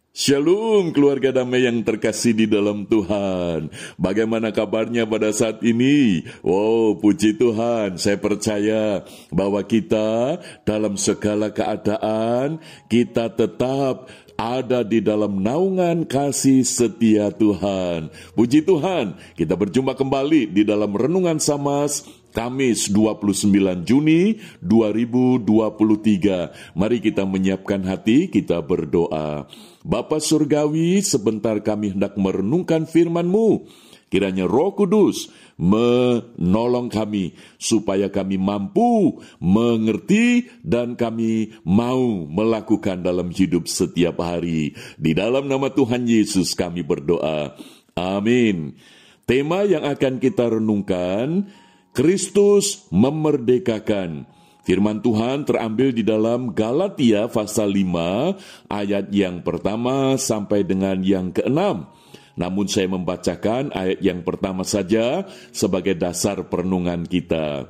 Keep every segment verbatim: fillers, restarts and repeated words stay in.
Shalom keluarga damai yang terkasih di dalam Tuhan. Bagaimana kabarnya pada saat ini? Wow, puji Tuhan, saya percaya bahwa kita dalam segala keadaan, kita tetap ada di dalam naungan kasih setia Tuhan. Puji Tuhan, kita berjumpa kembali di dalam Renungan Samas Kamis dua puluh sembilan Juni dua ribu dua puluh tiga. Mari kita menyiapkan hati, kita berdoa. Bapa Surgawi, sebentar kami hendak merenungkan firman-Mu. Kiranya Roh Kudus menolong kami, supaya kami mampu mengerti dan kami mau melakukan dalam hidup setiap hari. Di dalam nama Tuhan Yesus kami berdoa. Amin. Tema yang akan kita renungkan, Kristus memerdekakan. Firman Tuhan terambil di dalam Galatia pasal lima ayat yang pertama sampai dengan yang keenam. Namun saya membacakan ayat yang pertama saja sebagai dasar perenungan kita.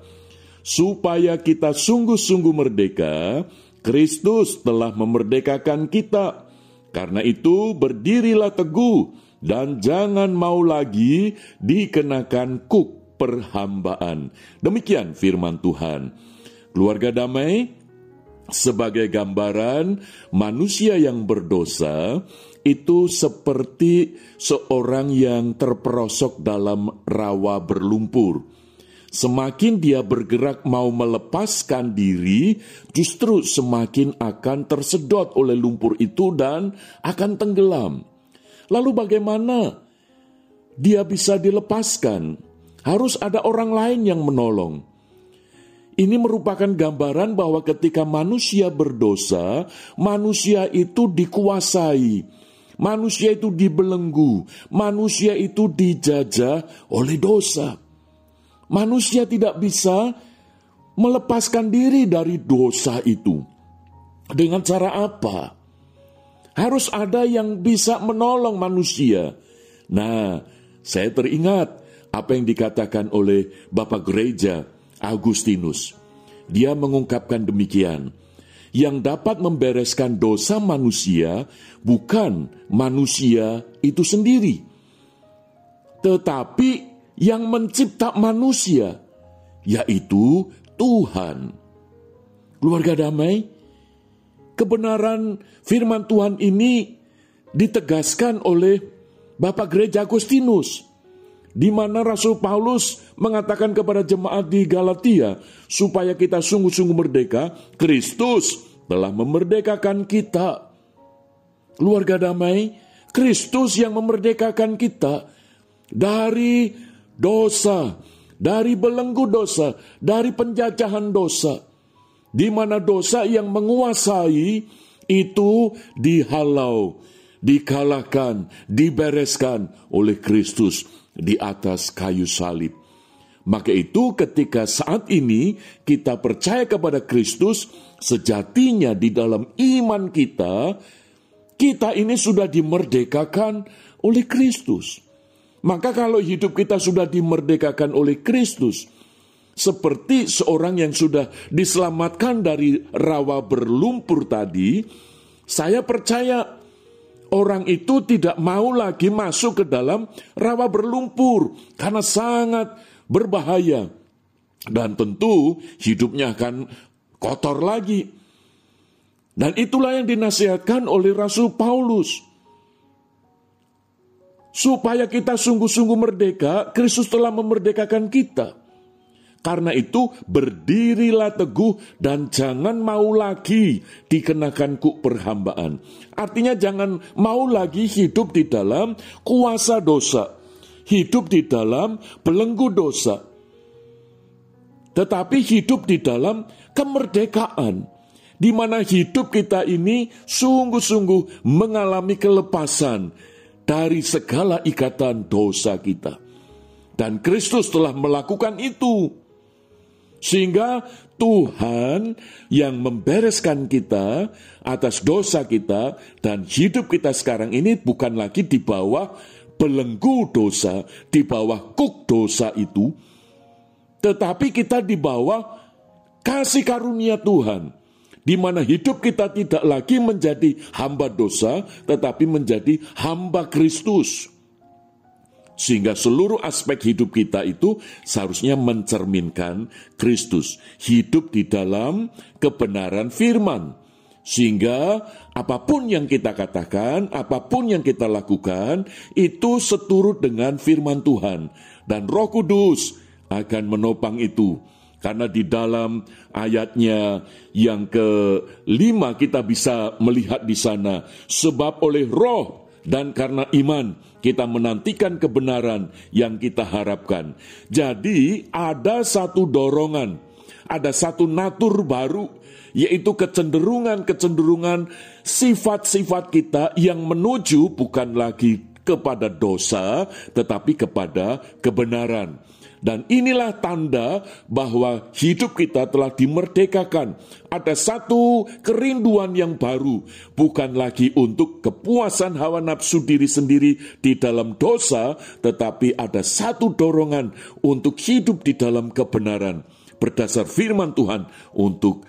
Supaya kita sungguh-sungguh merdeka, Kristus telah memerdekakan kita. Karena itu berdirilah teguh dan jangan mau lagi dikenakan kuk perhambaan. Demikian firman Tuhan. Keluarga damai, sebagai gambaran manusia yang berdosa, itu seperti seorang yang terperosok dalam rawa berlumpur. Semakin dia bergerak mau melepaskan diri, justru semakin akan tersedot oleh lumpur itu dan akan tenggelam. Lalu bagaimana dia bisa dilepaskan? Harus ada orang lain yang menolong. Ini merupakan gambaran bahwa ketika manusia berdosa, manusia itu dikuasai, manusia itu dibelenggu, manusia itu dijajah oleh dosa. Manusia tidak bisa melepaskan diri dari dosa itu. Dengan cara apa? Harus ada yang bisa menolong manusia. Nah, saya teringat apa yang dikatakan oleh Bapak Gereja Agustinus. Dia mengungkapkan demikian, yang dapat membereskan dosa manusia bukan manusia itu sendiri, tetapi yang mencipta manusia, yaitu Tuhan. Keluarga damai, kebenaran firman Tuhan ini ditegaskan oleh Bapak Gereja Agustinus, di mana Rasul Paulus mengatakan kepada jemaat di Galatia, supaya kita sungguh-sungguh merdeka, Kristus telah memerdekakan kita. Keluarga damai, Kristus yang memerdekakan kita dari dosa, dari belenggu dosa, dari penjajahan dosa, di mana dosa yang menguasai itu dihalau, dikalahkan, dibereskan oleh Kristus di atas kayu salib. Maka itu ketika saat ini kita percaya kepada Kristus, sejatinya di dalam iman kita, kita ini sudah dimerdekakan oleh Kristus. Maka kalau hidup kita sudah dimerdekakan oleh Kristus, seperti seorang yang sudah diselamatkan dari rawa berlumpur tadi, saya percaya orang itu tidak mau lagi masuk ke dalam rawa berlumpur karena sangat berbahaya. Dan tentu hidupnya akan kotor lagi. Dan itulah yang dinasihatkan oleh Rasul Paulus. Supaya kita sungguh-sungguh merdeka, Kristus telah memerdekakan kita. Karena itu berdirilah teguh dan jangan mau lagi dikenakan kuk perhambaan. Artinya jangan mau lagi hidup di dalam kuasa dosa, hidup di dalam belenggu dosa, tetapi hidup di dalam kemerdekaan, di mana hidup kita ini sungguh-sungguh mengalami kelepasan dari segala ikatan dosa kita. Dan Kristus telah melakukan itu. Sehingga Tuhan yang membereskan kita atas dosa kita, dan hidup kita sekarang ini bukan lagi di bawah belenggu dosa, di bawah kuk dosa itu, tetapi kita di bawah kasih karunia Tuhan, di mana hidup kita tidak lagi menjadi hamba dosa, tetapi menjadi hamba Kristus. Sehingga seluruh aspek hidup kita itu seharusnya mencerminkan Kristus. Hidup di dalam kebenaran firman. Sehingga apapun yang kita katakan, apapun yang kita lakukan, itu seturut dengan firman Tuhan. Dan Roh Kudus akan menopang itu. Karena di dalam ayatnya yang kelima kita bisa melihat di sana, sebab oleh roh dan karena iman kita menantikan kebenaran yang kita harapkan. Jadi ada satu dorongan, ada satu natur baru, yaitu kecenderungan-kecenderungan sifat-sifat kita yang menuju bukan lagi kepada dosa, tetapi kepada kebenaran. Dan inilah tanda bahwa hidup kita telah dimerdekakan. Ada satu kerinduan yang baru, bukan lagi untuk kepuasan hawa nafsu diri sendiri di dalam dosa, tetapi ada satu dorongan untuk hidup di dalam kebenaran, berdasar firman Tuhan untuk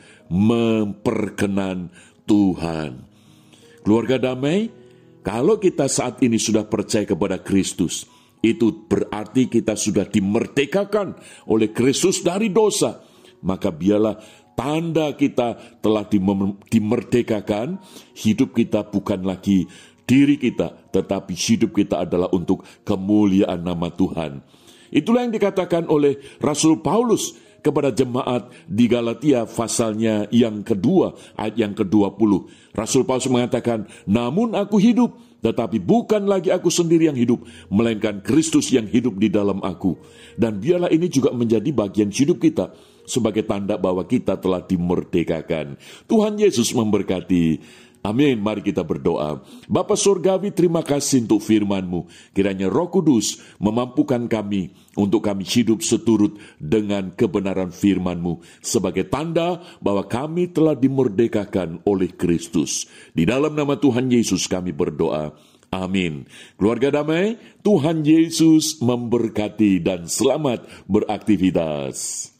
memperkenan Tuhan. Keluarga damai, kalau kita saat ini sudah percaya kepada Kristus, itu berarti kita sudah dimerdekakan oleh Kristus dari dosa. Maka biarlah tanda kita telah dimerdekakan. Hidup kita bukan lagi diri kita, tetapi hidup kita adalah untuk kemuliaan nama Tuhan. Itulah yang dikatakan oleh Rasul Paulus kepada jemaat di Galatia pasalnya yang kedua, ayat yang kedua puluh. Rasul Paulus mengatakan, namun aku hidup, tetapi bukan lagi aku sendiri yang hidup, melainkan Kristus yang hidup di dalam aku. Dan biarlah ini juga menjadi bagian hidup kita, sebagai tanda bahwa kita telah dimerdekakan. Tuhan Yesus memberkati. Amin. Mari kita berdoa. Bapa Surgawi, terima kasih untuk firman-Mu. Kiranya Roh Kudus memampukan kami untuk kami hidup seturut dengan kebenaran firman-Mu, sebagai tanda bahwa kami telah dimerdekakan oleh Kristus. Di dalam nama Tuhan Yesus kami berdoa. Amin. Keluarga damai, Tuhan Yesus memberkati dan selamat beraktivitas.